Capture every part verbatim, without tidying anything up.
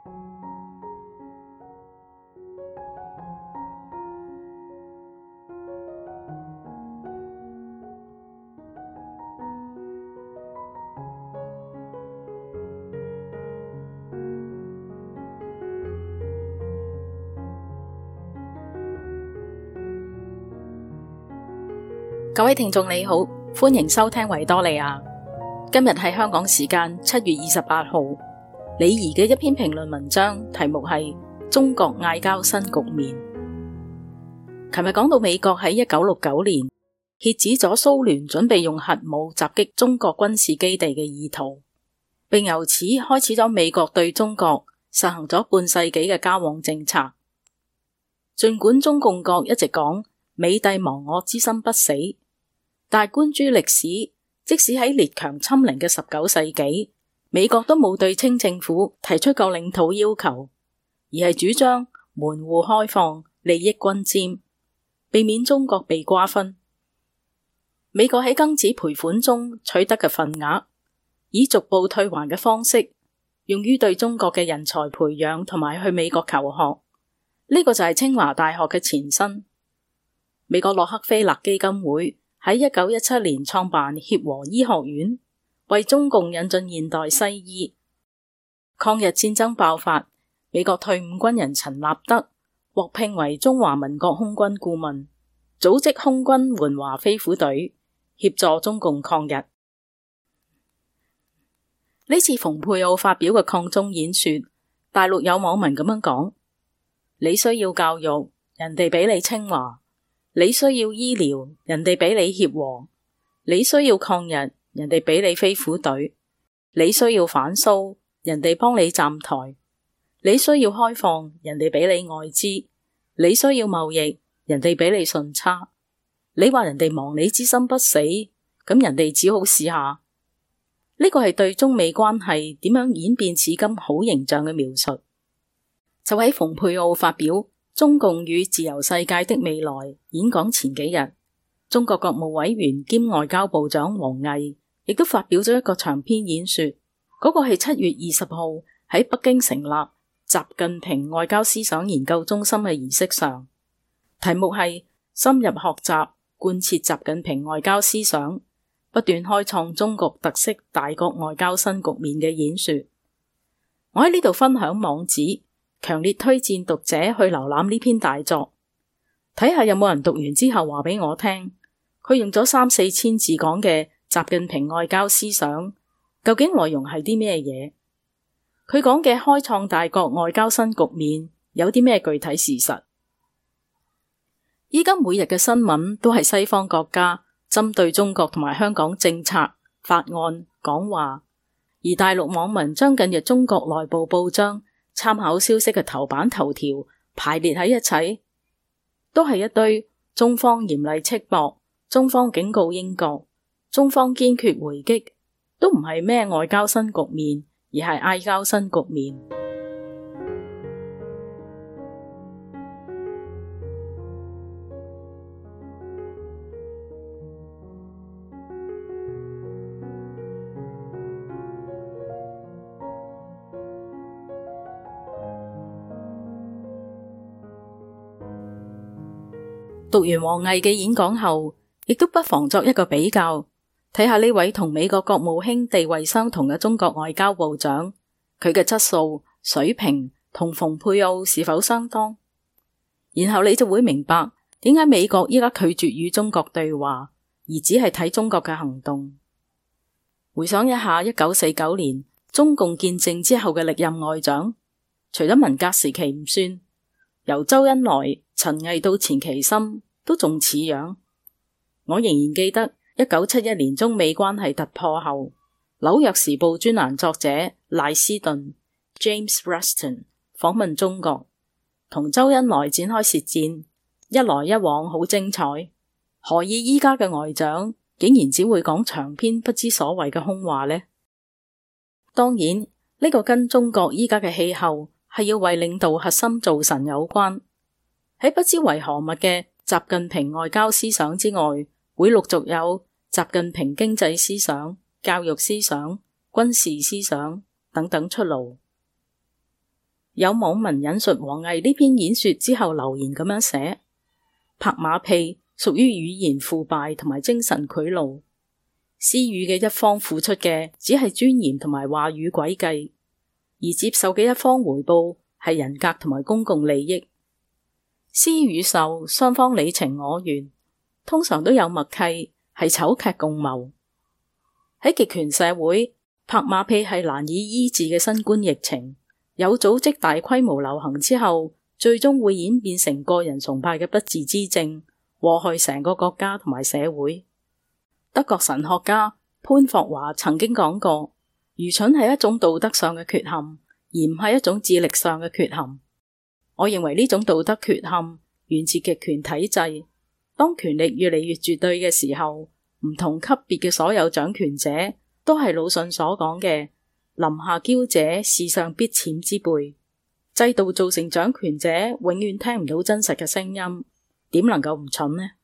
各位聽眾你好，歡迎收聽維多利亞。今日係香港時間七月二十八號，李怡嘅一篇評論文章，題目係中國嗌交新局面。琴日講到美國喺一九六九年遏止咗蘇聯準備用核武襲擊中國軍事基地嘅意圖，並由此開始咗美國對中國實行咗半世紀嘅交往政策。儘管中共國一直講美帝亡我之心不死，但觀諸歷史，即使喺列強侵凌嘅十九世紀，美國都冇對清政府提出過領土要求，而係主張門戶開放、利益均沾，避免中國被瓜分。美國喺庚子賠款中取得嘅份額，以逐步退還嘅方式，用於對中國嘅人才培養同埋去美國求學。呢、這個就係清華大學嘅前身。美國洛克菲勒基金會喺一九一七年創辦協和醫學院，為中共引進現代西醫。抗日戰爭爆發，美國退伍軍人陳立德獲聘為中華民國空軍顧問，組織空軍援華飛虎隊，協助中共抗日。呢次蓬佩奧發表嘅抗中演說，大陸有網民咁樣講：你需要教育，人哋俾你清華；你需要醫療，人哋俾你協和；你需要抗日，人哋俾你飛虎隊；你需要反蘇，人哋幫你站台；你需要開放，人哋俾你外資；你需要貿易，人哋俾你順差。你話人哋亡你之心不死，咁人哋只好試下。呢個係對中美關係點樣演變至今好形象嘅描述。就喺蓬佩奧發表中共與自由世界的未來演講前幾日，中國國務委員兼外交部長王毅亦都發表咗一個長篇演說。嗰個係七月二十號喺北京成立習近平外交思想研究中心嘅儀式上，題目係深入學習貫徹習近平外交思想，不斷開創中國特色大國外交新局面嘅演說。我喺呢度分享網址，強烈推薦讀者去瀏覽呢篇大作，睇下有冇人讀完之後話俾我聽，佢用咗三四千字講嘅習近平外交思想，究竟內容係啲咩嘢？佢講嘅開創大國外交新局面有啲咩具體事實？依家每日嘅新聞都係西方國家針對中國同埋香港政策、法案、講話，而大陸網民將近日中國內部報章參考消息嘅頭版頭條排列喺一齊，都係一堆中方嚴厲斥駁、中方警告英國、中方堅決回擊，都唔係咩外交新局面，而係嗌交新局面。讀完王毅嘅演講後，亦都不妨作一個比較，睇下呢位同美國國務卿地位相同嘅中國外交部長，佢嘅質素、水平同蓬佩奧是否相當？然後你就會明白點解美國依家拒絕與中國對話，而只係睇中國嘅行動。回想一下一九四九年中共建政之後嘅歷任外長，除咗文革時期唔算，由周恩來、陳毅到錢其琛都仲似樣。我仍然記得一九七一年中美關係突破後，紐約時報專欄作者賴斯頓 James Reston 訪問中國，同周恩來展開舌戰，一來一往好精彩。何以依家嘅外長竟然只會講長篇不知所謂嘅空話呢？當然呢個跟中國依家嘅氣候係要為領導核心造神有關。喺不知為何物嘅習近平外交思想之外，會陸續有習近平經濟思想、教育思想、軍事思想等等出爐。 有網民引述王毅呢篇演說之後留言咁樣寫：拍馬屁屬於語言腐敗同埋精神賄賂，施予嘅一方付出嘅只係尊嚴同埋話語詭計，而接受嘅一方回報係人格同埋公共利益。施與受雙方你情我願，通常都有默契，係醜劇共謀。喺極權社會，拍馬屁係難以醫治嘅新冠疫情，有組織大規模流行之後，最終會演變成個人崇拜嘅不治之症，禍害成個國家同埋社會。德國神學家潘霍華曾經講過，愚蠢係一種道德上嘅缺陷，而唔係一種智力上嘅缺陷。我認為呢種道德缺陷源自極權體制。當權力越嚟越絕對嘅時候，唔同級別嘅所有掌權者都係魯迅所講嘅臨下驕者，事上必淺之輩。制度造成掌權者永遠聽唔到真實嘅聲音，點能夠唔蠢呢？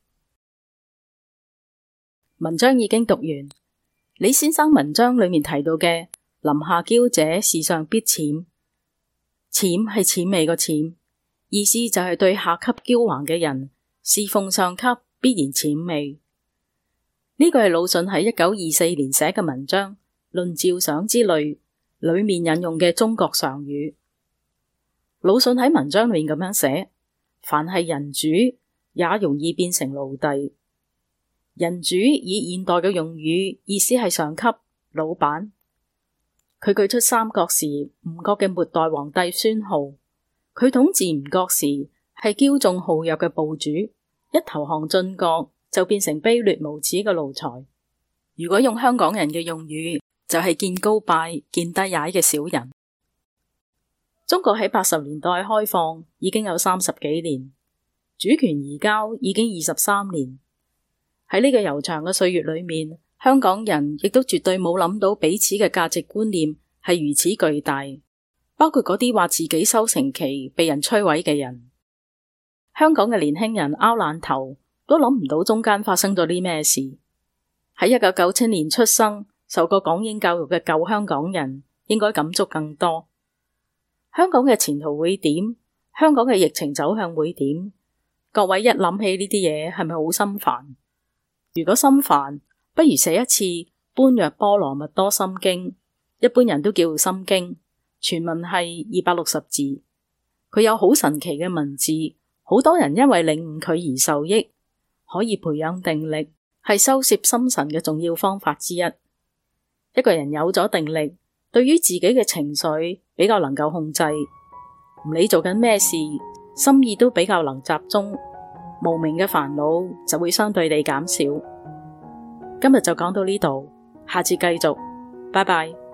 文章已經讀完，李先生文章裏面提到嘅臨下驕者，事上必淺，淺係淺味個淺，意思就係對下級驕橫嘅人侍奉上級必然淺味。呢個係魯迅喺一九二四年寫嘅文章《論照想之類》裏面引用嘅中國常語。魯迅喺文章裏面咁樣寫：凡係人主，也容易變成奴隸。人主以現代嘅用語，意思係上級、老闆。佢舉出三國時吳國嘅末代皇帝孫皓，佢統治吳國時係驕縱好弱嘅部主，一投降晉國就變成卑劣無恥嘅奴才。如果用香港人嘅用語，就係見高拜、見低踩嘅小人。中國喺八十年代開放已經有三十幾年，主權移交已經二十三年。喺呢個悠長嘅歲月裏面，香港人亦都絕對冇諗到彼此嘅價值觀念係如此巨大，包括嗰啲話自己收成期被人摧毀嘅人。香港嘅年輕人拗爛頭都諗唔到中間發生咗啲咩事。喺一九九七年出生、受過港英教育嘅舊香港人應該感觸更多。香港嘅前途會點？香港嘅疫情走向會點？各位一諗起呢啲嘢，係咪好心煩？如果心煩，不如寫一次《般若波羅蜜多心經》，一般人都叫心經，全文係二百六十字。佢有好神奇嘅文字，好多人因為領悟佢而受益，可以培養定力，係收攝心神嘅重要方法之一。一個人有咗定力，對於自己嘅情緒比較能夠控制，唔理做緊咩事，心意都比較能集中，無名嘅煩惱就會相對地減少。今日就講到呢度，下次繼續，拜拜。